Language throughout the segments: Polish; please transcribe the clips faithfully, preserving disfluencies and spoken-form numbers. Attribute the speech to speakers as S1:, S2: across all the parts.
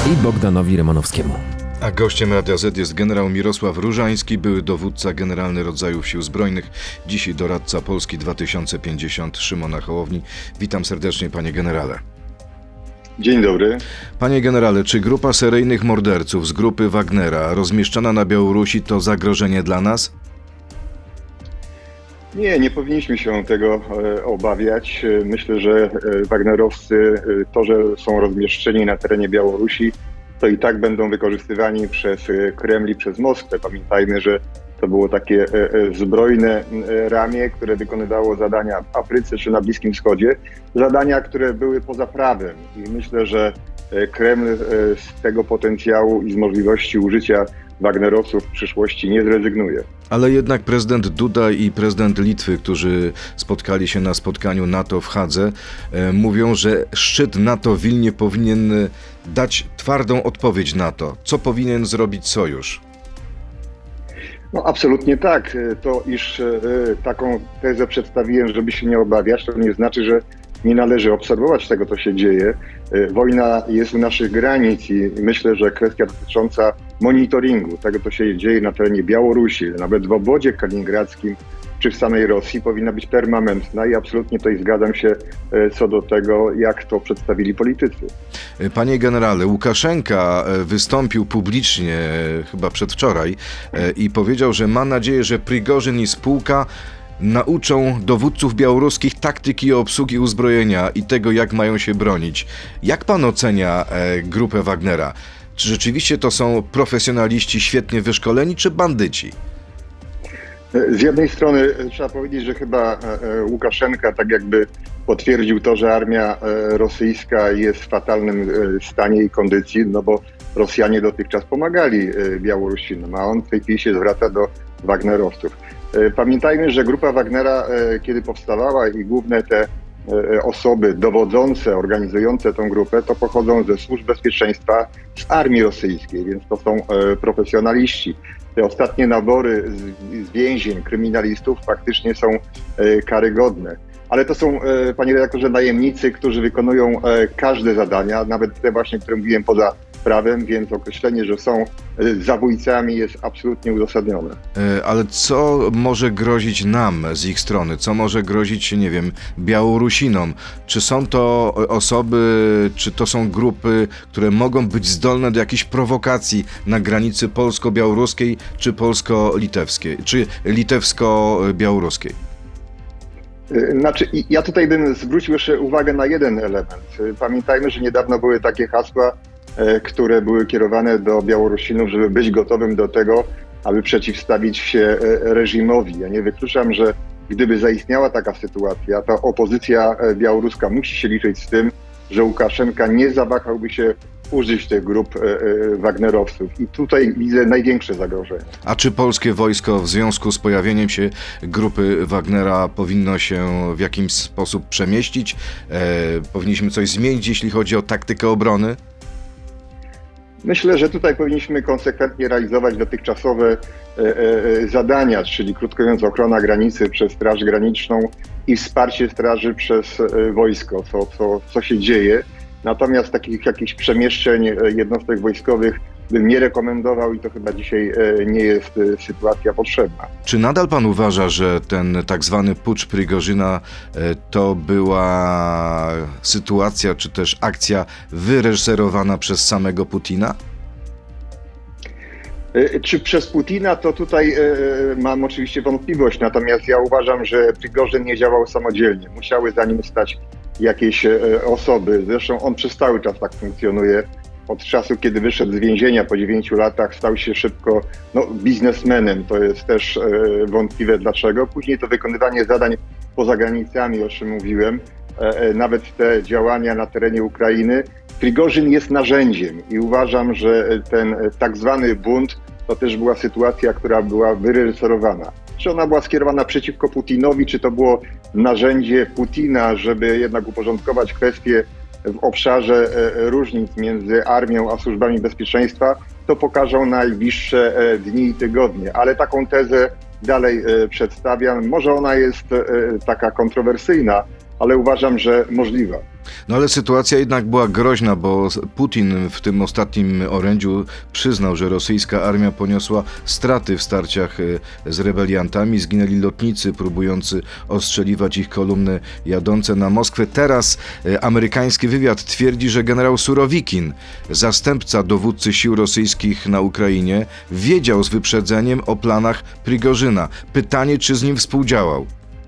S1: i Bogdanowi Rymanowskiemu.
S2: A gościem Radia Z jest generał Mirosław Różański, były dowódca generalny rodzajów Sił Zbrojnych, dzisiaj doradca Polski dwa tysiące pięćdziesiąt Szymona Hołowni. Witam serdecznie, panie generale.
S3: Dzień dobry.
S2: Panie generale, czy grupa seryjnych morderców z grupy Wagnera rozmieszczona na Białorusi to zagrożenie dla nas?
S3: Nie, nie powinniśmy się tego e, obawiać. Myślę, że e, wagnerowcy, e, to, że są rozmieszczeni na terenie Białorusi, to i tak będą wykorzystywani przez e, Kreml i przez Moskwę. Pamiętajmy, że to było takie e, e, zbrojne e, ramię, które wykonywało zadania w Afryce czy na Bliskim Wschodzie. Zadania, które były poza prawem. I myślę, że e, Kreml e, z tego potencjału i z możliwości użycia wagnerowców w przyszłości nie zrezygnuje.
S2: Ale jednak prezydent Duda i prezydent Litwy, którzy spotkali się na spotkaniu NATO w Hadze, e, mówią, że szczyt NATO w Wilnie powinien dać twardą odpowiedź na to. Co powinien zrobić sojusz?
S3: No absolutnie tak. To, iż e, taką tezę przedstawiłem, żeby się nie obawiać, to nie znaczy, że nie należy obserwować tego, co się dzieje. E, wojna jest u naszych granic i myślę, że kwestia dotycząca monitoringu tego, co się dzieje na terenie Białorusi, nawet w obwodzie kaliningradzkim czy w samej Rosji, powinna być permanentna i absolutnie tutaj zgadzam się e, co do tego, jak to przedstawili politycy.
S2: Panie generale, Łukaszenka wystąpił publicznie, chyba przedwczoraj, i powiedział, że ma nadzieję, że Prigorzyn i spółka nauczą dowódców białoruskich taktyki i obsługi uzbrojenia i tego, jak mają się bronić. Jak pan ocenia e, grupę Wagnera? Czy rzeczywiście to są profesjonaliści świetnie wyszkoleni, czy bandyci?
S3: Z jednej strony trzeba powiedzieć, że chyba Łukaszenka tak jakby potwierdził to, że armia rosyjska jest w fatalnym stanie i kondycji, no bo Rosjanie dotychczas pomagali Białorusinom, a on w tej chwili się zwraca do wagnerowców. Pamiętajmy, że grupa Wagnera, kiedy powstawała i główne te osoby dowodzące, organizujące tą grupę, to pochodzą ze służb bezpieczeństwa z armii rosyjskiej, więc to są profesjonaliści. Te ostatnie nabory z, z więzień kryminalistów faktycznie są e, karygodne. Ale to są, e, panie redaktorze, najemnicy, którzy wykonują e, każde zadania, nawet te właśnie, które mówiłem poza prawem, więc określenie, że są e, zabójcami, jest absolutnie uzasadnione.
S2: E, ale co może grozić nam z ich strony? Co może grozić, nie wiem, Białorusinom? Czy są to osoby, czy to są grupy, które mogą być zdolne do jakichś prowokacji na granicy polsko-białoruskiej, czy polsko-litewskiej, czy litewsko-białoruskiej?
S3: Znaczy, ja tutaj bym zwrócił jeszcze uwagę na jeden element. Pamiętajmy, że niedawno były takie hasła, które były kierowane do Białorusinów, żeby być gotowym do tego, aby przeciwstawić się reżimowi. Ja nie wykluczam, że gdyby zaistniała taka sytuacja, to opozycja białoruska musi się liczyć z tym, że Łukaszenka nie zawahałby się użyć tych grup e, e, wagnerowców. I tutaj widzę największe zagrożenie.
S2: A czy polskie wojsko w związku z pojawieniem się grupy Wagnera powinno się w jakimś sposób przemieścić? E, powinniśmy coś zmienić, jeśli chodzi o taktykę obrony?
S3: Myślę, że tutaj powinniśmy konsekwentnie realizować dotychczasowe e, e, zadania, czyli krótko mówiąc ochrona granicy przez Straż Graniczną i wsparcie straży przez e, wojsko, co, co, co się dzieje. Natomiast takich jakichś przemieszczeń jednostek wojskowych bym nie rekomendował i to chyba dzisiaj nie jest sytuacja potrzebna.
S2: Czy nadal pan uważa, że ten tak zwany pucz Prigorzyna to była sytuacja, czy też akcja wyreżyserowana przez samego Putina?
S3: Czy przez Putina, to tutaj mam oczywiście wątpliwość, natomiast ja uważam, że Prigorzyn nie działał samodzielnie. Musiały za nim stać jakieś osoby. Zresztą on przez cały czas tak funkcjonuje. Od czasu, kiedy wyszedł z więzienia po dziewięciu latach, stał się szybko no, biznesmenem. To jest też e, wątpliwe dlaczego. Później to wykonywanie zadań poza granicami, o czym mówiłem, e, nawet te działania na terenie Ukrainy. Prigorzyn jest narzędziem i uważam, że ten tak zwany bunt to też była sytuacja, która była wyreżyserowana. Czy ona była skierowana przeciwko Putinowi, czy to było narzędzie Putina, żeby jednak uporządkować kwestie w obszarze różnic między armią a służbami bezpieczeństwa, to pokażą najbliższe dni i tygodnie. Ale taką tezę dalej przedstawiam. Może ona jest taka kontrowersyjna, ale uważam, że możliwa.
S2: No ale sytuacja jednak była groźna, bo Putin w tym ostatnim orędziu przyznał, że rosyjska armia poniosła straty w starciach z rebeliantami. Zginęli lotnicy próbujący ostrzeliwać ich kolumny jadące na Moskwę. Teraz amerykański wywiad twierdzi, że generał Surowikin, zastępca dowódcy sił rosyjskich na Ukrainie, wiedział z wyprzedzeniem o planach Prigorzyna. Pytanie, czy z nim współdziałał?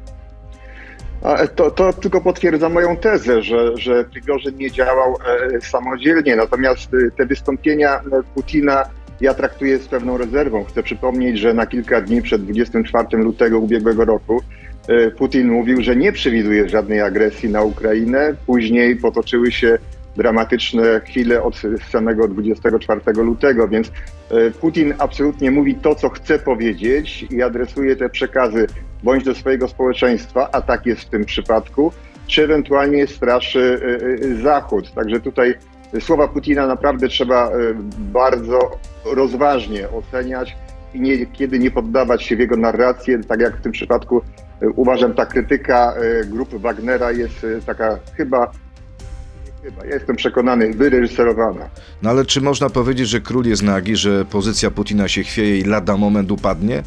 S3: A To, to tylko potwierdza moją tezę, że, że Prigorzyn nie działał e, samodzielnie, natomiast e, te wystąpienia e, Putina ja traktuję z pewną rezerwą. Chcę przypomnieć, że na kilka dni przed dwudziestego czwartego lutego ubiegłego roku e, Putin mówił, że nie przewiduje żadnej agresji na Ukrainę. Później potoczyły się dramatyczne chwile od samego dwudziestego czwartego lutego, więc e, Putin absolutnie mówi to, co chce powiedzieć i adresuje te przekazy bądź do swojego społeczeństwa, a tak jest w tym przypadku, czy ewentualnie straszy Zachód. Także tutaj słowa Putina naprawdę trzeba bardzo rozważnie oceniać i niekiedy nie poddawać się w jego narrację, tak jak w tym przypadku uważam, ta krytyka grupy Wagnera jest taka chyba, chyba ja jestem przekonany, wyreżyserowana.
S2: No ale czy można powiedzieć, że król jest nagi, że pozycja Putina się chwieje i lada moment upadnie?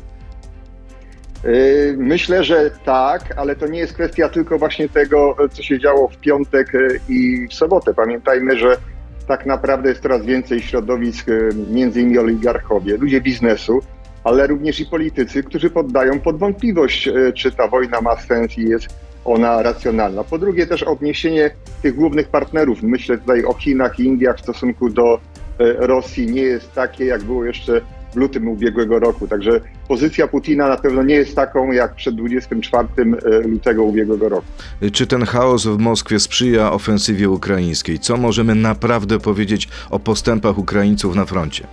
S3: Myślę, że tak, ale to nie jest kwestia tylko właśnie tego, co się działo w piątek i w sobotę. Pamiętajmy, że tak naprawdę jest coraz więcej środowisk, między innymi oligarchowie, ludzie biznesu, ale również i politycy, którzy poddają pod wątpliwość, czy ta wojna ma sens i jest ona racjonalna. Po drugie też odniesienie tych głównych partnerów. Myślę tutaj o Chinach i Indiach w stosunku do Rosji nie jest takie, jak było jeszcze w lutym ubiegłego roku. Także pozycja Putina na pewno nie jest taką jak przed dwudziestego czwartego lutego ubiegłego roku.
S2: Czy ten chaos w Moskwie sprzyja ofensywie ukraińskiej? Co możemy naprawdę powiedzieć o postępach Ukraińców na froncie?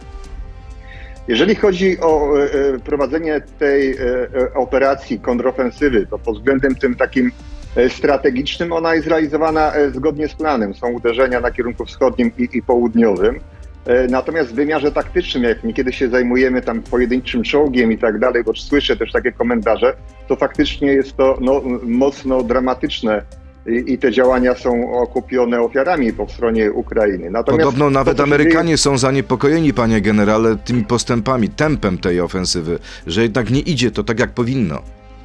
S3: Jeżeli chodzi o e, prowadzenie tej e, operacji kontrofensywy, to pod względem tym takim e, strategicznym ona jest realizowana e, zgodnie z planem. Są uderzenia na kierunku wschodnim i, i południowym. Natomiast w wymiarze taktycznym, jak niekiedy się zajmujemy tam pojedynczym czołgiem i tak dalej, bo słyszę też takie komentarze, to faktycznie jest to no, mocno dramatyczne i, i te działania są okupione ofiarami po stronie Ukrainy. Natomiast
S2: Podobno nawet
S3: to,
S2: Amerykanie
S3: dzieje...
S2: są zaniepokojeni, panie generale, tymi postępami, tempem tej ofensywy, że jednak nie idzie to tak, jak powinno.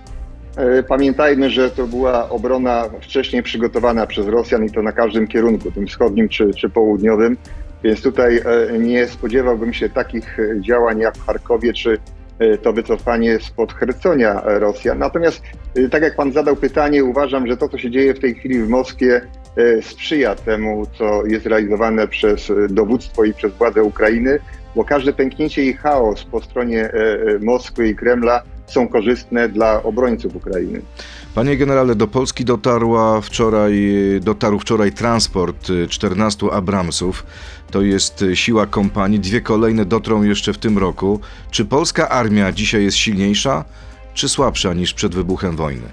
S3: Pamiętajmy, że to była obrona wcześniej przygotowana przez Rosjan i to na każdym kierunku, tym wschodnim czy, czy południowym. Więc tutaj nie spodziewałbym się takich działań jak w Charkowie, czy to wycofanie spod Chersonia Rosjan. Natomiast tak jak pan zadał pytanie, uważam, że to, co się dzieje w tej chwili w Moskwie, sprzyja temu, co jest realizowane przez dowództwo i przez władze Ukrainy, bo każde pęknięcie i chaos po stronie Moskwy i Kremla są korzystne dla obrońców Ukrainy.
S2: Panie generale, do Polski dotarła wczoraj, dotarł wczoraj transport czternastu Abramsów. To jest siła kompanii. Dwie kolejne dotrą jeszcze w tym roku. Czy polska armia dzisiaj jest silniejsza, czy słabsza niż przed wybuchem wojny?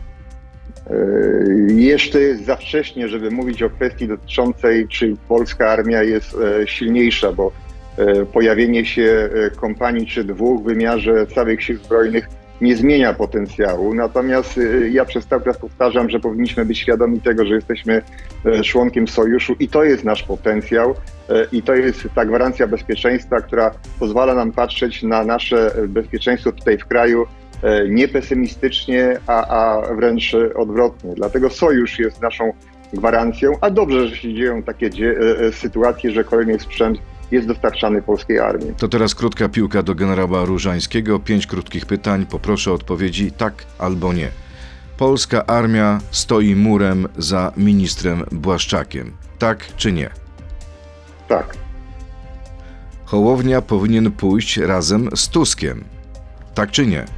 S3: Jeszcze jest za wcześnie, żeby mówić o kwestii dotyczącej, czy polska armia jest silniejsza, bo pojawienie się kompanii czy dwóch w wymiarze całych sił zbrojnych nie zmienia potencjału. Natomiast ja przez cały czas powtarzam, że powinniśmy być świadomi tego, że jesteśmy członkiem sojuszu i to jest nasz potencjał i to jest ta gwarancja bezpieczeństwa, która pozwala nam patrzeć na nasze bezpieczeństwo tutaj w kraju nie pesymistycznie, a, a wręcz odwrotnie. Dlatego sojusz jest naszą gwarancją, a dobrze, że się dzieją takie dzie- sytuacje, że kolejny sprzęt jest dostarczany polskiej armii.
S2: To teraz krótka piłka do generała Różańskiego. Pięć krótkich pytań. Poproszę o odpowiedzi tak albo nie. Polska armia stoi murem za ministrem Błaszczakiem. Tak czy nie?
S3: Tak.
S2: Hołownia powinien pójść razem z Tuskiem. Tak czy nie?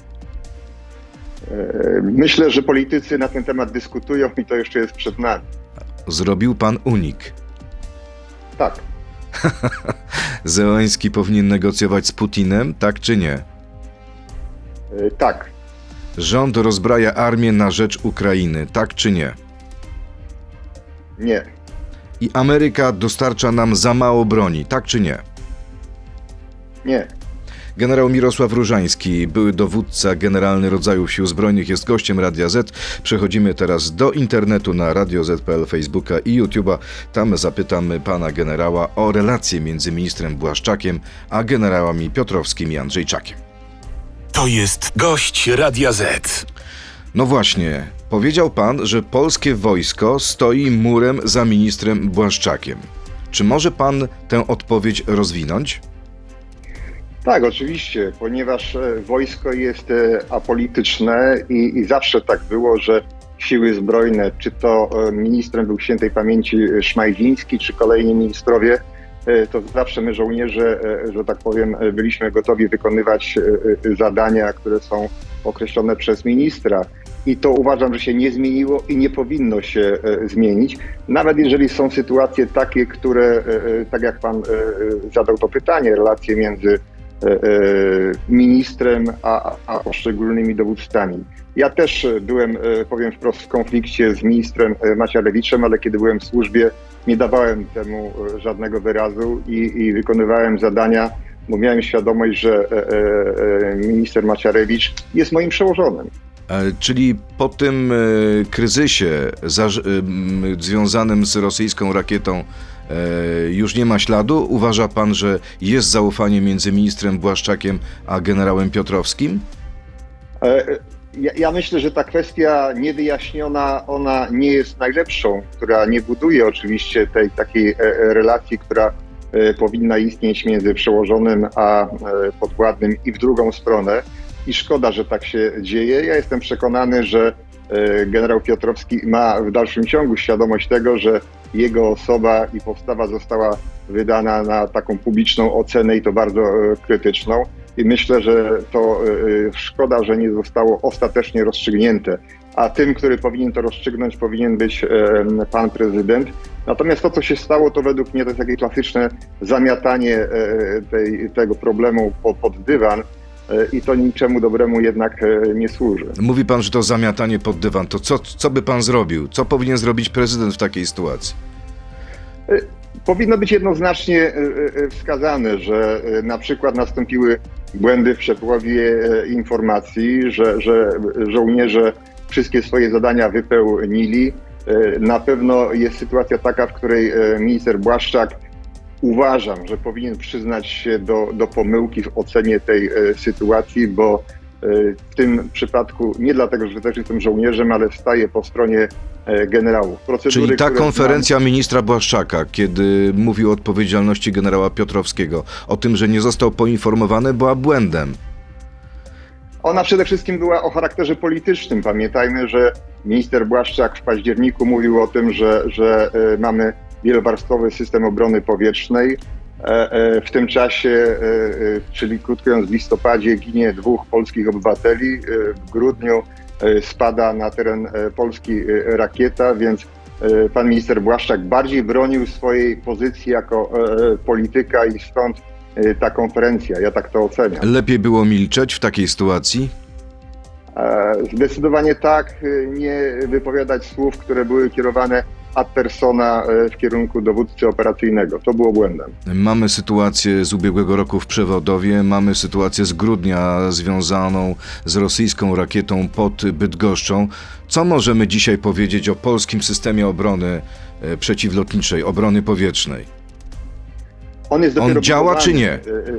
S3: Myślę, że politycy na ten temat dyskutują i to jeszcze jest przed nami.
S2: Zrobił pan unik.
S3: Tak.
S2: Zełenski powinien negocjować z Putinem, tak czy nie?
S3: Tak.
S2: Rząd rozbraja armię na rzecz Ukrainy, tak czy nie?
S3: Nie.
S2: I Ameryka dostarcza nam za mało broni, tak czy nie?
S3: Nie.
S2: Generał Mirosław Różański, były dowódca generalny rodzajów Sił Zbrojnych, jest gościem Radia Z. Przechodzimy teraz do internetu na radio zet kropka pe el, Facebooka i YouTube'a. Tam zapytamy pana generała o relacje między ministrem Błaszczakiem a generałami Piotrowskim i Andrzejczakiem.
S1: To jest gość Radia Z.
S2: No właśnie, powiedział pan, że polskie wojsko stoi murem za ministrem Błaszczakiem. Czy może pan tę odpowiedź rozwinąć?
S3: Tak, oczywiście, ponieważ wojsko jest apolityczne i, i zawsze tak było, że siły zbrojne, czy to ministrem był świętej pamięci Szmajdziński, czy kolejni ministrowie, to zawsze my żołnierze, że tak powiem, byliśmy gotowi wykonywać zadania, które są określone przez ministra. I to uważam, że się nie zmieniło i nie powinno się zmienić. Nawet jeżeli są sytuacje takie, które, tak jak pan zadał to pytanie, relacje między ministrem a, a poszczególnymi dowódcami. Ja też byłem, powiem wprost, w konflikcie z ministrem Macierewiczem, ale kiedy byłem w służbie, nie dawałem temu żadnego wyrazu i, i wykonywałem zadania, bo miałem świadomość, że minister Macierewicz jest moim przełożonym.
S2: Czyli po tym e, kryzysie za, e, związanym z rosyjską rakietą e, już nie ma śladu? Uważa pan, że jest zaufanie między ministrem Błaszczakiem a generałem Piotrowskim?
S3: E, ja, ja myślę, że ta kwestia niewyjaśniona, ona nie jest najlepszą, która nie buduje oczywiście tej takiej e, relacji, która e, powinna istnieć między przełożonym a e, podwładnym i w drugą stronę. I szkoda, że tak się dzieje. Ja jestem przekonany, że generał Piotrowski ma w dalszym ciągu świadomość tego, że jego osoba i postawa została wydana na taką publiczną ocenę i to bardzo krytyczną. I myślę, że to szkoda, że nie zostało ostatecznie rozstrzygnięte. A tym, który powinien to rozstrzygnąć, powinien być pan prezydent. Natomiast to, co się stało, to według mnie to jest takie klasyczne zamiatanie tej, tego problemu pod, pod dywan. I to niczemu dobremu jednak nie służy.
S2: Mówi pan, że to zamiatanie pod dywan. To co, co by pan zrobił? Co powinien zrobić prezydent w takiej sytuacji?
S3: Powinno być jednoznacznie wskazane, że na przykład nastąpiły błędy w przepływie informacji, że, że żołnierze wszystkie swoje zadania wypełnili. Na pewno jest sytuacja taka, w której minister Błaszczak, uważam, że powinien przyznać się do, do pomyłki w ocenie tej e, sytuacji, bo e, w tym przypadku nie dlatego, że też jestem żołnierzem, ale staję po stronie e, generałów. Procedury,
S2: Czyli ta
S3: które
S2: konferencja
S3: znam...
S2: ministra Błaszczaka, kiedy mówił o odpowiedzialności generała Piotrowskiego, o tym, że nie został poinformowany, była błędem.
S3: Ona przede wszystkim była o charakterze politycznym. Pamiętajmy, że minister Błaszczak w październiku mówił o tym, że, że e, mamy wielowarstwowy system obrony powietrznej. W tym czasie, czyli krótko mówiąc, w listopadzie ginie dwóch polskich obywateli. W grudniu spada na teren Polski rakieta, więc pan minister Błaszczak bardziej bronił swojej pozycji jako polityka i stąd ta konferencja. Ja tak to oceniam.
S2: Lepiej było milczeć w takiej sytuacji?
S3: Zdecydowanie tak, nie wypowiadać słów, które były kierowane ad persona w kierunku dowódcy operacyjnego. To było błędem.
S2: Mamy sytuację z ubiegłego roku w Przewodowie, mamy sytuację z grudnia związaną z rosyjską rakietą pod Bydgoszczą. Co możemy dzisiaj powiedzieć o polskim systemie obrony przeciwlotniczej, obrony powietrznej?
S3: On, jest
S2: On działa czy nie?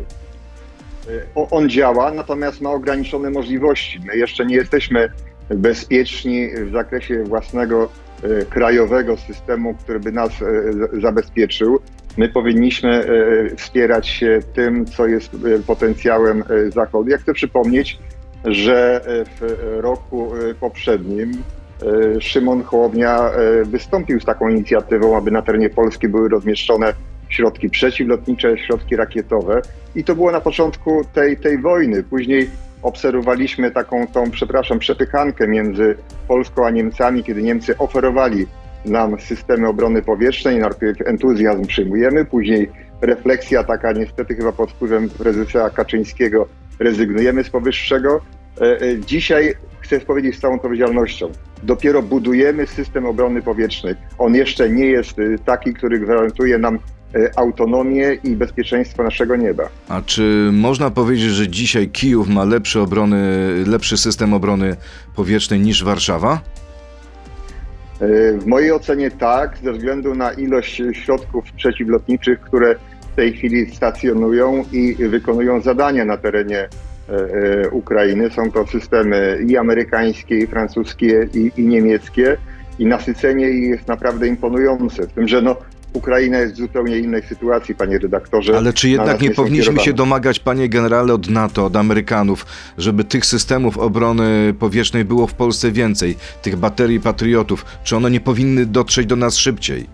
S3: On działa, natomiast ma ograniczone możliwości. My jeszcze nie jesteśmy bezpieczni w zakresie własnego krajowego systemu, który by nas zabezpieczył. My powinniśmy wspierać się tym, co jest potencjałem Zachodu. Ja chcę przypomnieć, że w roku poprzednim Szymon Hołownia wystąpił z taką inicjatywą, aby na terenie Polski były rozmieszczone środki przeciwlotnicze, środki rakietowe. I to było na początku tej, tej wojny. Później obserwowaliśmy taką, tą, przepraszam, przepychankę między Polską a Niemcami, kiedy Niemcy oferowali nam systemy obrony powietrznej. Najpierw entuzjazm przyjmujemy, później refleksja taka, niestety chyba pod wpływem prezesa Kaczyńskiego, rezygnujemy z powyższego. Dzisiaj chcę powiedzieć z całą odpowiedzialnością, dopiero budujemy system obrony powietrznej. On jeszcze nie jest taki, który gwarantuje nam autonomię i bezpieczeństwo naszego nieba.
S2: A czy można powiedzieć, że dzisiaj Kijów ma lepszy obrony, lepszy system obrony powietrznej niż Warszawa?
S3: W mojej ocenie tak, ze względu na ilość środków przeciwlotniczych, które w tej chwili stacjonują i wykonują zadania na terenie Ukrainy. Są to systemy i amerykańskie, i francuskie, i, i niemieckie. I nasycenie ich jest naprawdę imponujące. W tym, że no, Ukraina jest w zupełnie innej sytuacji, panie redaktorze.
S2: Ale czy jednak nie, nie powinniśmy
S3: kierowane.
S2: się domagać, panie generale, od NATO, od Amerykanów, żeby tych systemów obrony powietrznej było w Polsce więcej, tych baterii patriotów? Czy one nie powinny dotrzeć do nas szybciej?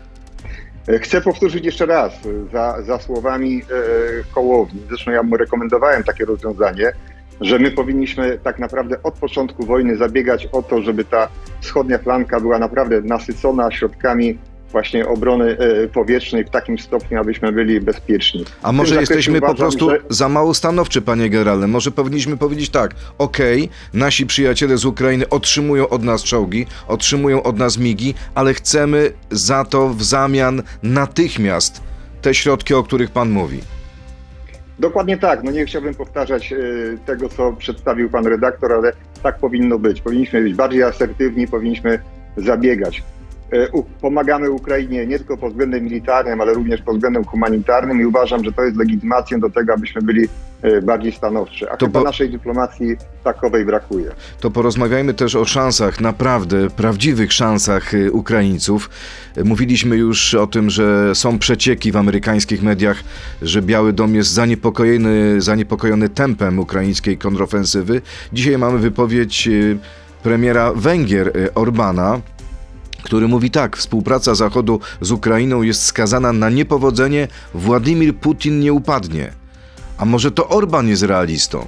S3: Chcę powtórzyć jeszcze raz za, za słowami e, Hołowni. Zresztą ja mu rekomendowałem takie rozwiązanie, że my powinniśmy tak naprawdę od początku wojny zabiegać o to, żeby ta wschodnia flanka była naprawdę nasycona środkami właśnie obrony powietrznej w takim stopniu, abyśmy byli bezpieczni.
S2: A może jesteśmy uważam, po prostu
S3: że...
S2: za mało stanowczy, panie generale? Może powinniśmy powiedzieć tak, okej, okay, nasi przyjaciele z Ukrainy otrzymują od nas czołgi, otrzymują od nas migi, ale chcemy za to w zamian natychmiast te środki, o których pan mówi.
S3: Dokładnie tak. No nie chciałbym powtarzać y, tego, co przedstawił pan redaktor, ale tak powinno być. Powinniśmy być bardziej asertywni, powinniśmy zabiegać. Pomagamy Ukrainie nie tylko pod względem militarnym, ale również pod względem humanitarnym i uważam, że to jest legitymacją do tego, abyśmy byli bardziej stanowczy. A to chyba po... naszej dyplomacji takowej brakuje.
S2: To porozmawiajmy też o szansach, naprawdę prawdziwych szansach Ukraińców. Mówiliśmy już o tym, że są przecieki w amerykańskich mediach, że Biały Dom jest zaniepokojony, zaniepokojony tempem ukraińskiej kontrofensywy. Dzisiaj mamy wypowiedź premiera Węgier Orbana, który mówi tak: współpraca Zachodu z Ukrainą jest skazana na niepowodzenie, Władimir Putin nie upadnie. A może to Orban jest realistą?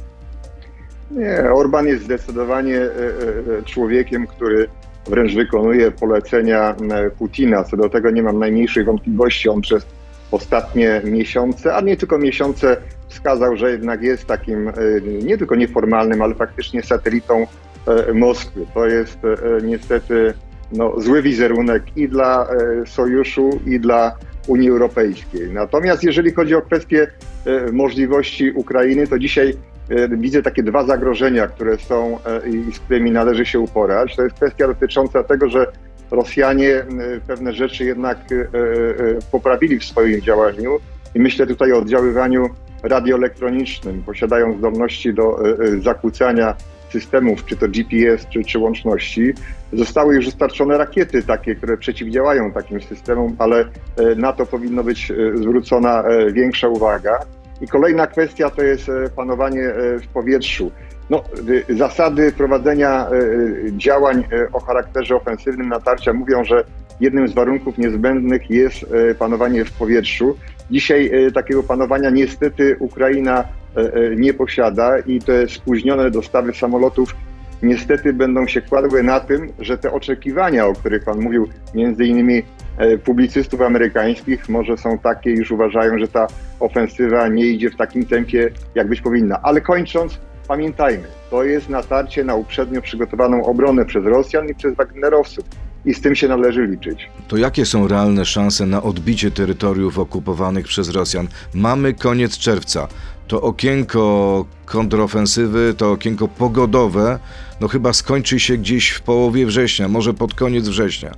S3: Nie, Orban jest zdecydowanie człowiekiem, który wręcz wykonuje polecenia Putina. Co do tego nie mam najmniejszych wątpliwości. On przez ostatnie miesiące, a nie tylko miesiące, wskazał, że jednak jest takim nie tylko nieformalnym, ale faktycznie satelitą Moskwy. To jest niestety no, zły wizerunek i dla e, Sojuszu, i dla Unii Europejskiej. Natomiast jeżeli chodzi o kwestię e, możliwości Ukrainy, to dzisiaj e, widzę takie dwa zagrożenia, które są e, i z którymi należy się uporać. To jest kwestia dotycząca tego, że Rosjanie e, pewne rzeczy jednak e, e, poprawili w swoim działaniu i myślę tutaj o oddziaływaniu radioelektronicznym. Posiadają zdolności do e, e, zakłócania systemów, czy to G P S, czy, czy łączności. Zostały już dostarczone rakiety takie, które przeciwdziałają takim systemom, ale na to powinno być zwrócona większa uwaga. I kolejna kwestia to jest panowanie w powietrzu. No, zasady prowadzenia działań o charakterze ofensywnym natarcia mówią, że jednym z warunków niezbędnych jest panowanie w powietrzu. Dzisiaj takiego panowania niestety Ukraina nie posiada i te spóźnione dostawy samolotów niestety będą się kładły na tym, że te oczekiwania, o których pan mówił, między innymi publicystów amerykańskich, może są takie, już uważają, że ta ofensywa nie idzie w takim tempie, jak być powinna. Ale kończąc, pamiętajmy, to jest natarcie na uprzednio przygotowaną obronę przez Rosjan i przez Wagnerowców. I z tym się należy liczyć.
S2: To jakie są realne szanse na odbicie terytoriów okupowanych przez Rosjan? Mamy koniec czerwca. To okienko kontrofensywy, to okienko pogodowe, no chyba skończy się gdzieś w połowie września, może pod koniec września.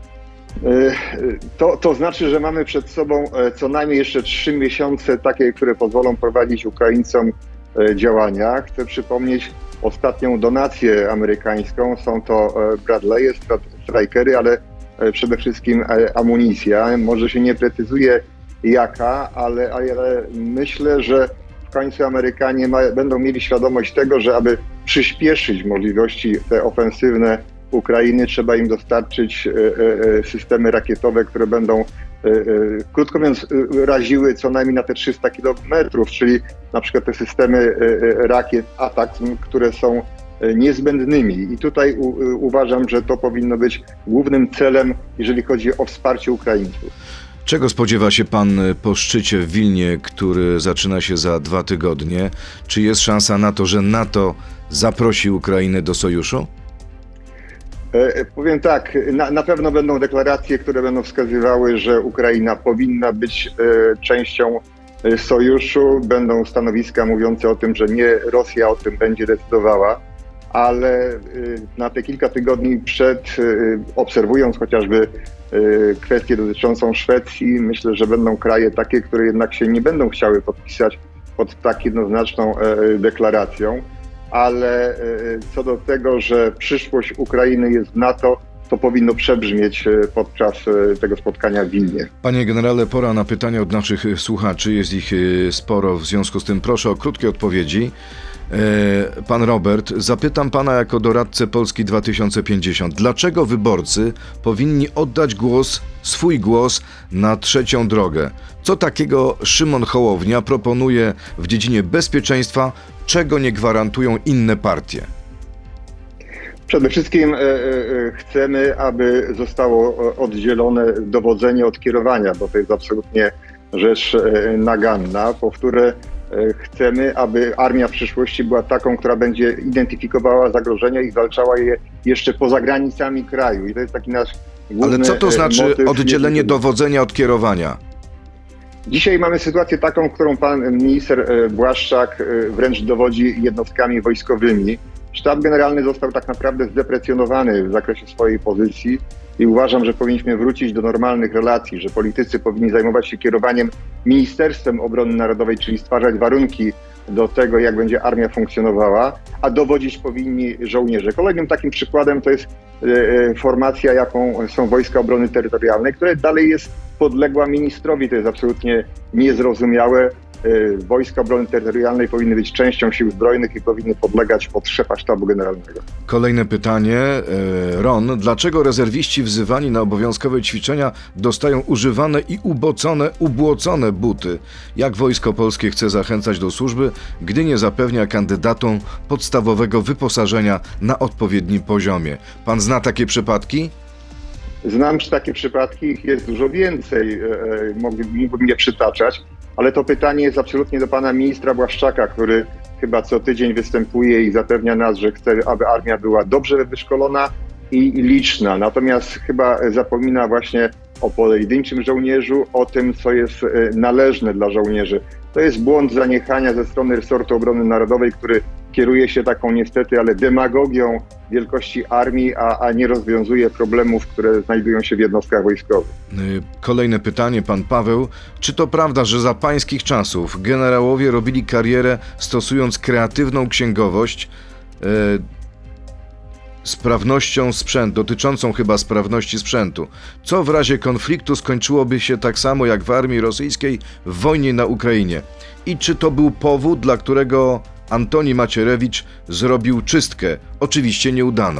S3: To, to znaczy, że mamy przed sobą co najmniej jeszcze trzy miesiące takie, które pozwolą prowadzić Ukraińcom działania. Chcę przypomnieć ostatnią donację amerykańską. Są to Bradley'e, Strikery, ale przede wszystkim amunicja. Może się nie precyzuje jaka, ale, ale myślę, że w końcu Amerykanie ma, będą mieli świadomość tego, że aby przyspieszyć możliwości te ofensywne Ukrainy, trzeba im dostarczyć systemy rakietowe, które będą, krótko mówiąc, raziły co najmniej na te trzysta kilometrów, czyli na przykład te systemy rakiet Atak, które są niezbędnymi. I tutaj u, uważam, że to powinno być głównym celem, jeżeli chodzi o wsparcie Ukraińców.
S2: Czego spodziewa się pan po szczycie w Wilnie, który zaczyna się za dwa tygodnie? Czy jest szansa na to, że NATO zaprosi Ukrainę do sojuszu?
S3: E, powiem tak, na, na pewno będą deklaracje, które będą wskazywały, że Ukraina powinna być e, częścią e, sojuszu. Będą stanowiska mówiące o tym, że nie Rosja o tym będzie decydowała, ale e, na te kilka tygodni przed, e, obserwując chociażby e, kwestię dotyczącą Szwecji, myślę, że będą kraje takie, które jednak się nie będą chciały podpisać pod tak jednoznaczną e, deklaracją. Ale co do tego, że przyszłość Ukrainy jest w NATO, to powinno przebrzmieć podczas tego spotkania w Wilnie.
S2: Panie generale, pora na pytania od naszych słuchaczy. Jest ich sporo, w związku z tym proszę o krótkie odpowiedzi. Pan Robert, zapytam pana jako doradcę Polski dwa tysiące pięćdziesiąt. Dlaczego wyborcy powinni oddać głos, swój głos na trzecią drogę? Co takiego Szymon Hołownia proponuje w dziedzinie bezpieczeństwa, czego nie gwarantują inne partie?
S3: Przede wszystkim e, e, chcemy, aby zostało oddzielone dowodzenie od kierowania, bo to jest absolutnie rzecz e, naganna. Powtórzę, e, chcemy, aby armia w przyszłości była taką, która będzie identyfikowała zagrożenia i zwalczała je jeszcze poza granicami kraju. I to jest taki nasz główny
S2: Ale co to znaczy
S3: motyw,
S2: oddzielenie dowodzenia od kierowania?
S3: Dzisiaj mamy sytuację taką, którą pan minister Błaszczak wręcz dowodzi jednostkami wojskowymi. Sztab generalny został tak naprawdę zdeprecjonowany w zakresie swojej pozycji i uważam, że powinniśmy wrócić do normalnych relacji, że politycy powinni zajmować się kierowaniem Ministerstwem Obrony Narodowej, czyli stwarzać warunki do tego, jak będzie armia funkcjonowała, a dowodzić powinni żołnierze. Kolejnym takim przykładem to jest formacja, jaką są Wojska Obrony Terytorialnej, które dalej jest podległa ministrowi. To jest absolutnie niezrozumiałe. Wojska Obrony Terytorialnej powinny być częścią Sił Zbrojnych i powinny podlegać pod szefa Sztabu Generalnego.
S2: Kolejne pytanie. Ron, dlaczego rezerwiści wzywani na obowiązkowe ćwiczenia dostają używane i ubocone, ubłocone buty? Jak Wojsko Polskie chce zachęcać do służby, gdy nie zapewnia kandydatom podstawowego wyposażenia na odpowiednim poziomie? Pan zna takie przypadki?
S3: Znam takie przypadki, ich jest dużo więcej, mógłbym je przytaczać, ale to pytanie jest absolutnie do pana ministra Błaszczaka, który chyba co tydzień występuje i zapewnia nas, że chce, aby armia była dobrze wyszkolona i liczna. Natomiast chyba zapomina właśnie o pojedynczym żołnierzu, o tym, co jest należne dla żołnierzy. To jest błąd zaniechania ze strony resortu obrony narodowej, który kieruje się taką niestety, ale demagogią wielkości armii, a, a nie rozwiązuje problemów, które znajdują się w jednostkach wojskowych.
S2: Kolejne pytanie, pan Paweł. Czy to prawda, że za pańskich czasów generałowie robili karierę stosując kreatywną księgowość, yy, sprawnością sprzętu, dotyczącą chyba sprawności sprzętu? Co w razie konfliktu skończyłoby się tak samo jak w armii rosyjskiej w wojnie na Ukrainie? I czy to był powód, dla którego Antoni Macierewicz zrobił czystkę, oczywiście nieudaną?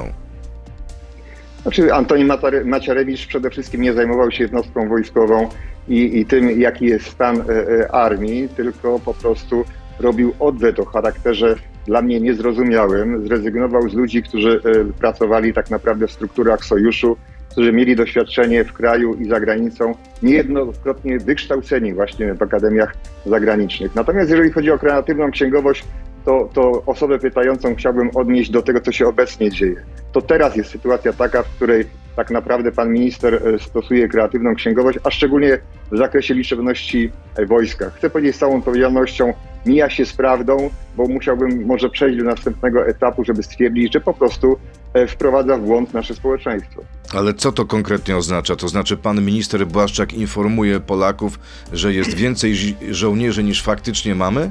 S3: Znaczy, Antoni Macierewicz przede wszystkim nie zajmował się jednostką wojskową i, i tym, jaki jest stan e, e, armii, tylko po prostu robił odwet o charakterze dla mnie niezrozumiałym. Zrezygnował z ludzi, którzy e, pracowali tak naprawdę w strukturach sojuszu, którzy mieli doświadczenie w kraju i za granicą, niejednokrotnie wykształceni właśnie w akademiach zagranicznych. Natomiast jeżeli chodzi o kreatywną księgowość, to, to osobę pytającą chciałbym odnieść do tego, co się obecnie dzieje. To teraz jest sytuacja taka, w której tak naprawdę pan minister stosuje kreatywną księgowość, a szczególnie w zakresie liczebności wojska. Chcę powiedzieć z całą odpowiedzialnością, mija się z prawdą, bo musiałbym może przejść do następnego etapu, żeby stwierdzić, że po prostu wprowadza w błąd nasze społeczeństwo.
S2: Ale co to konkretnie oznacza? To znaczy pan minister Błaszczak informuje Polaków, że jest więcej ż- żołnierzy niż faktycznie mamy?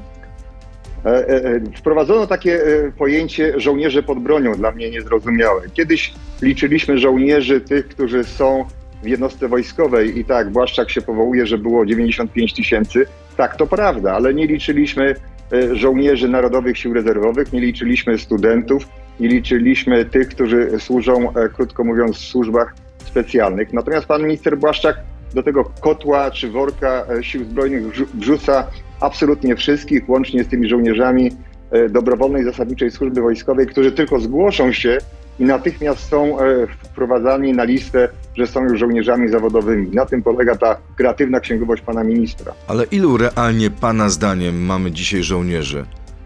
S3: Wprowadzono takie pojęcie żołnierze pod bronią, dla mnie niezrozumiałe. Kiedyś liczyliśmy żołnierzy tych, którzy są w jednostce wojskowej i tak, Błaszczak się powołuje, że było dziewięćdziesiąt pięć tysięcy. Tak, to prawda, ale nie liczyliśmy żołnierzy Narodowych Sił Rezerwowych, nie liczyliśmy studentów, nie liczyliśmy tych, którzy służą, krótko mówiąc, w służbach specjalnych. Natomiast pan minister Błaszczak do tego kotła czy worka Sił Zbrojnych wrzuca absolutnie wszystkich, łącznie z tymi żołnierzami dobrowolnej zasadniczej służby wojskowej, którzy tylko zgłoszą się i natychmiast są wprowadzani na listę, że są już żołnierzami zawodowymi. Na tym polega ta kreatywna księgowość pana ministra.
S2: Ale ilu realnie pana zdaniem mamy dzisiaj żołnierzy?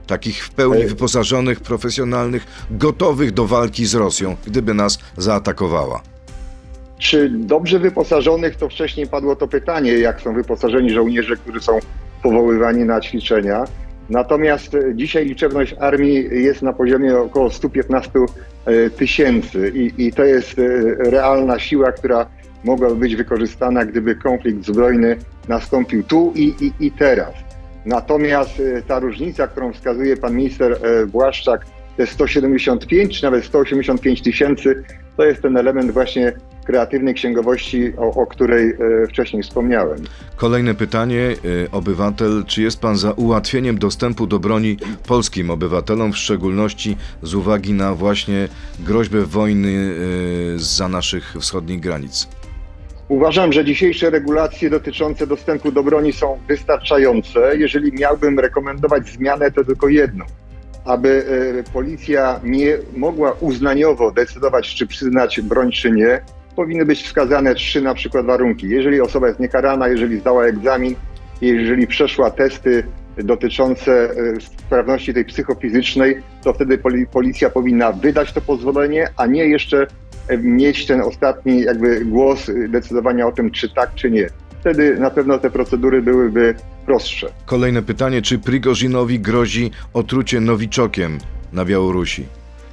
S2: takich w pełni wyposażonych, profesjonalnych, gotowych do walki z Rosją, gdyby nas zaatakowała.
S3: Czy dobrze wyposażonych, to wcześniej padło to pytanie, jak są wyposażeni żołnierze, którzy są powoływani na ćwiczenia. Natomiast dzisiaj liczebność armii jest na poziomie około stu piętnastu tysięcy i, i to jest realna siła, która mogłaby być wykorzystana, gdyby konflikt zbrojny nastąpił tu i, i, i teraz. Natomiast ta różnica, którą wskazuje pan minister Błaszczak, te sto siedemdziesiąt pięć czy nawet sto osiemdziesiąt pięć tysięcy, to jest ten element właśnie kreatywnej księgowości, o, o której e, wcześniej wspomniałem.
S2: Kolejne pytanie. E, obywatel, czy jest pan za ułatwieniem dostępu do broni polskim obywatelom, w szczególności z uwagi na właśnie groźbę wojny e, zza naszych wschodnich granic?
S3: Uważam, że dzisiejsze regulacje dotyczące dostępu do broni są wystarczające. Jeżeli miałbym rekomendować zmianę, to tylko jedną. Aby e, policja nie mogła uznaniowo decydować, czy przyznać broń, czy nie, powinny być wskazane trzy na przykład warunki. Jeżeli osoba jest niekarana, jeżeli zdała egzamin, jeżeli przeszła testy dotyczące e, sprawności tej psychofizycznej, to wtedy poli- policja powinna wydać to pozwolenie, a nie jeszcze e, mieć ten ostatni jakby głos decydowania o tym, czy tak, czy nie. Wtedy na pewno te procedury byłyby prostsze.
S2: Kolejne pytanie, czy Prigozinowi grozi otrucie nowiczokiem na Białorusi?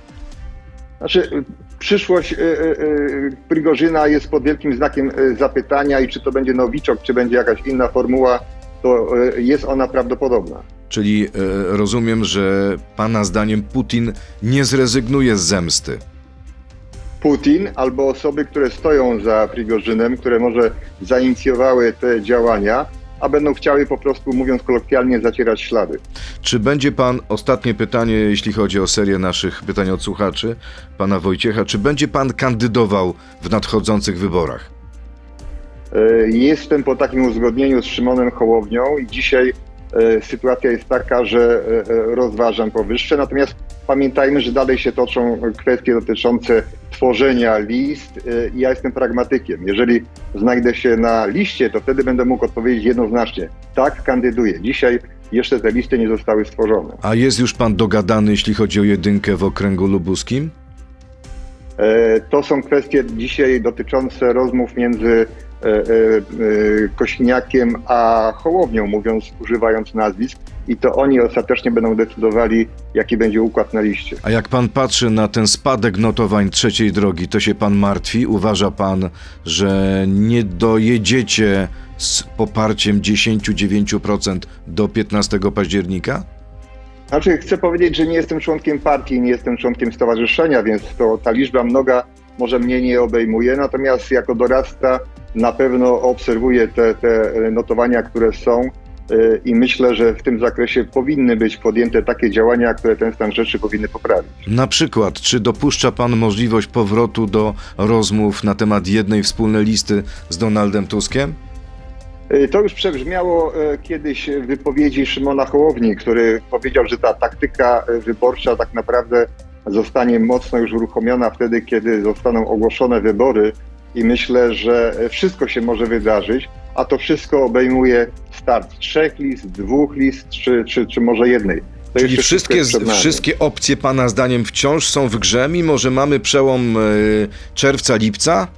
S3: Znaczy, przyszłość y, y, y, Prigorzyna jest pod wielkim znakiem y, zapytania i czy to będzie nowiczok, czy będzie jakaś inna formuła, to y, jest ona prawdopodobna.
S2: Czyli e, rozumiem, że pana zdaniem Putin nie zrezygnuje z zemsty.
S3: Putin albo osoby, które stoją za Prigorzynem, które może zainicjowały te działania, a będą chciały po prostu, mówiąc kolokwialnie, zacierać ślady.
S2: Czy będzie pan, ostatnie pytanie, jeśli chodzi o serię naszych pytań od słuchaczy, pana Wojciecha, czy będzie pan kandydował w nadchodzących wyborach?
S3: Jestem po takim uzgodnieniu z Szymonem Hołownią i dzisiaj sytuacja jest taka, że rozważam powyższe, natomiast pamiętajmy, że dalej się toczą kwestie dotyczące tworzenia list i ja jestem pragmatykiem. Jeżeli znajdę się na liście, to wtedy będę mógł odpowiedzieć jednoznacznie. Tak, kandyduję. Dzisiaj jeszcze te listy nie zostały stworzone.
S2: A jest już pan dogadany, jeśli chodzi o jedynkę w okręgu lubuskim?
S3: To są kwestie dzisiaj dotyczące rozmów między Kośniakiem a Hołownią, mówiąc, używając nazwisk, i to oni ostatecznie będą decydowali, jaki będzie układ na liście.
S2: A jak pan patrzy na ten spadek notowań trzeciej drogi, to się pan martwi? Uważa pan, że nie dojedziecie z poparciem dziesięć do dziewięciu procent do piętnastego października?
S3: Znaczy, chcę powiedzieć, że nie jestem członkiem partii, nie jestem członkiem stowarzyszenia, więc to ta liczba mnoga może mnie nie obejmuje, natomiast jako doradca na pewno obserwuję te, te notowania, które są i myślę, że w tym zakresie powinny być podjęte takie działania, które ten stan rzeczy powinny poprawić.
S2: Na przykład, czy dopuszcza pan możliwość powrotu do rozmów na temat jednej wspólnej listy z Donaldem Tuskiem?
S3: To już przebrzmiało kiedyś w wypowiedzi Szymona Hołowni, który powiedział, że ta taktyka wyborcza tak naprawdę zostanie mocno już uruchomiona wtedy, kiedy zostaną ogłoszone wybory i myślę, że wszystko się może wydarzyć, a to wszystko obejmuje start trzech list, dwóch list, czy, czy, czy może jednej. To
S2: Czyli wszystkie, wszystkie opcje pana zdaniem wciąż są w grze, mimo że mamy przełom yy, czerwca, lipca?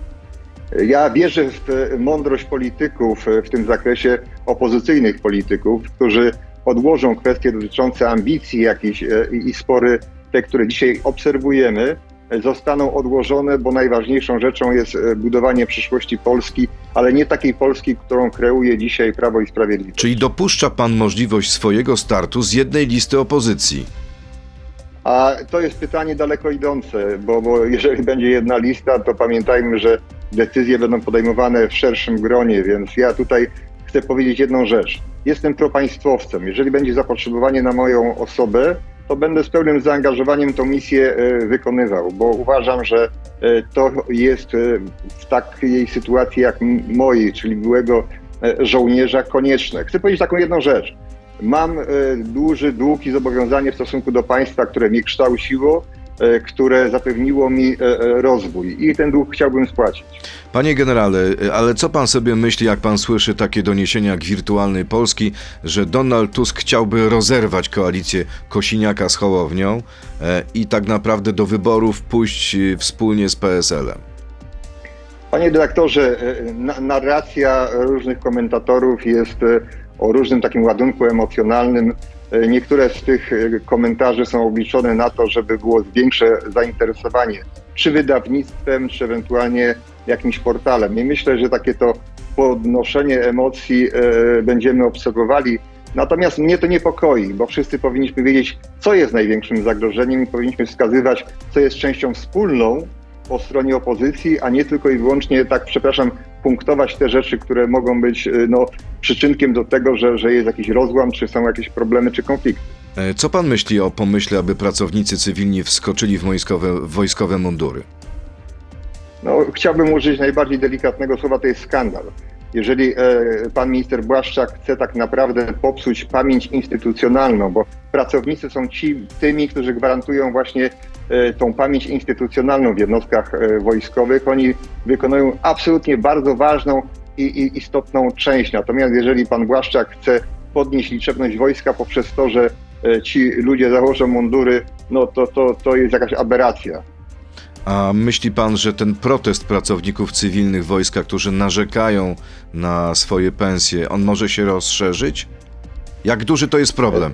S3: Ja wierzę w mądrość polityków w tym zakresie, opozycyjnych polityków, którzy odłożą kwestie dotyczące ambicji jakichś i spory, te, które dzisiaj obserwujemy, zostaną odłożone, bo najważniejszą rzeczą jest budowanie przyszłości Polski, ale nie takiej Polski, którą kreuje dzisiaj Prawo i Sprawiedliwość.
S2: Czyli dopuszcza pan możliwość swojego startu z jednej listy opozycji?
S3: A to jest pytanie daleko idące, bo, bo jeżeli będzie jedna lista, to pamiętajmy, że decyzje będą podejmowane w szerszym gronie, więc ja tutaj chcę powiedzieć jedną rzecz. Jestem propaństwowcem. Jeżeli będzie zapotrzebowanie na moją osobę, to będę z pełnym zaangażowaniem tę misję wykonywał, bo uważam, że to jest w takiej sytuacji jak mojej, czyli byłego żołnierza, konieczne. Chcę powiedzieć taką jedną rzecz. Mam duży dług i zobowiązanie w stosunku do państwa, które mnie kształciło które zapewniło mi rozwój i ten dług chciałbym spłacić.
S2: Panie generale, ale co pan sobie myśli, jak pan słyszy takie doniesienia jak Wirtualnej Polski, że Donald Tusk chciałby rozerwać koalicję Kosiniaka z Hołownią i tak naprawdę do wyborów pójść wspólnie z P S L-em?
S3: Panie redaktorze, narracja różnych komentatorów jest o różnym takim ładunku emocjonalnym. Niektóre z tych komentarzy są obliczone na to, żeby było większe zainteresowanie czy wydawnictwem, czy ewentualnie jakimś portalem. I myślę, że takie to podnoszenie emocji będziemy obserwowali. Natomiast mnie to niepokoi, bo wszyscy powinniśmy wiedzieć, co jest największym zagrożeniem i powinniśmy wskazywać, co jest częścią wspólną po stronie opozycji, a nie tylko i wyłącznie, tak przepraszam, punktować te rzeczy, które mogą być no, przyczynkiem do tego, że, że jest jakiś rozłam, czy są jakieś problemy, czy konflikty.
S2: Co pan myśli o pomyśle, aby pracownicy cywilni wskoczyli w wojskowe, w wojskowe mundury?
S3: No, chciałbym użyć najbardziej delikatnego słowa, to jest skandal. Jeżeli e, pan minister Błaszczak chce tak naprawdę popsuć pamięć instytucjonalną, bo pracownicy są ci, tymi, którzy gwarantują właśnie e, tą pamięć instytucjonalną w jednostkach e, wojskowych. Oni wykonują absolutnie bardzo ważną i, i istotną część. Natomiast jeżeli pan Błaszczak chce podnieść liczebność wojska poprzez to, że e, ci ludzie założą mundury, no to, to, to jest jakaś aberracja.
S2: A myśli pan, że ten protest pracowników cywilnych wojska, którzy narzekają na swoje pensje, on może się rozszerzyć? Jak duży to jest problem?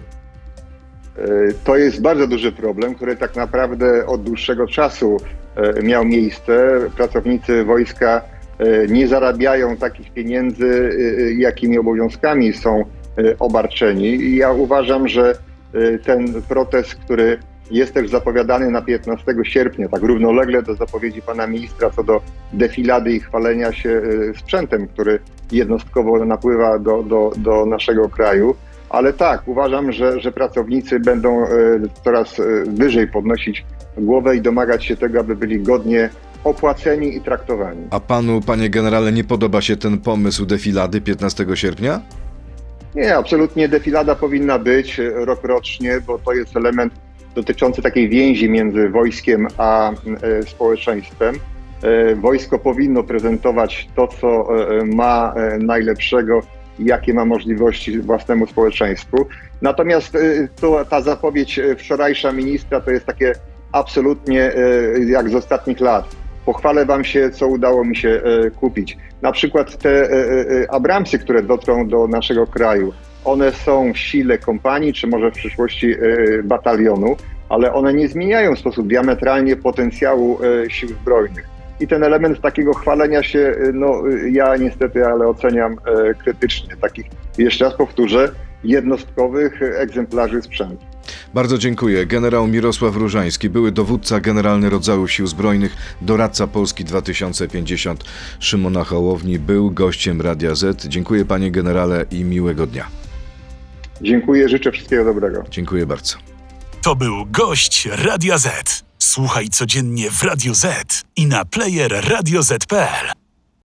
S3: To jest bardzo duży problem, który tak naprawdę od dłuższego czasu miał miejsce. Pracownicy wojska nie zarabiają takich pieniędzy, jakimi obowiązkami są obarczeni. I ja uważam, że ten protest, który jest też zapowiadany na piętnastego sierpnia, tak równolegle do zapowiedzi pana ministra co do defilady i chwalenia się sprzętem, który jednostkowo napływa do, do, do naszego kraju. Ale tak, uważam, że, że pracownicy będą coraz wyżej podnosić głowę i domagać się tego, aby byli godnie opłaceni i traktowani.
S2: A panu, panie generale, nie podoba się ten pomysł defilady piętnastego sierpnia?
S3: Nie, absolutnie defilada powinna być rokrocznie, bo to jest element dotyczący takiej więzi między wojskiem a e, społeczeństwem. E, wojsko powinno prezentować to, co e, ma e, najlepszego i jakie ma możliwości własnemu społeczeństwu. Natomiast e, to, ta zapowiedź wczorajsza ministra to jest takie absolutnie e, jak z ostatnich lat. Pochwalę wam się, co udało mi się e, kupić. Na przykład te e, e, Abramsy, które dotrą do naszego kraju. One są w sile kompanii, czy może w przyszłości y, batalionu, ale one nie zmieniają w sposób diametralnie potencjału y, sił zbrojnych. I ten element takiego chwalenia się, y, no y, ja niestety, ale oceniam y, krytycznie. Takich, jeszcze raz powtórzę, jednostkowych y, egzemplarzy sprzętu.
S2: Bardzo dziękuję. Generał Mirosław Różański, były dowódca generalny rodzaju Sił Zbrojnych, doradca Polski dwa tysiące pięćdziesiąt Szymona Hołowni, był gościem Radia Z. Dziękuję panie generale i miłego dnia.
S3: Dziękuję, życzę wszystkiego dobrego.
S2: Dziękuję bardzo.
S1: To był gość Radia Z. Słuchaj codziennie w Radio Z i na player radio zet kropka pe el.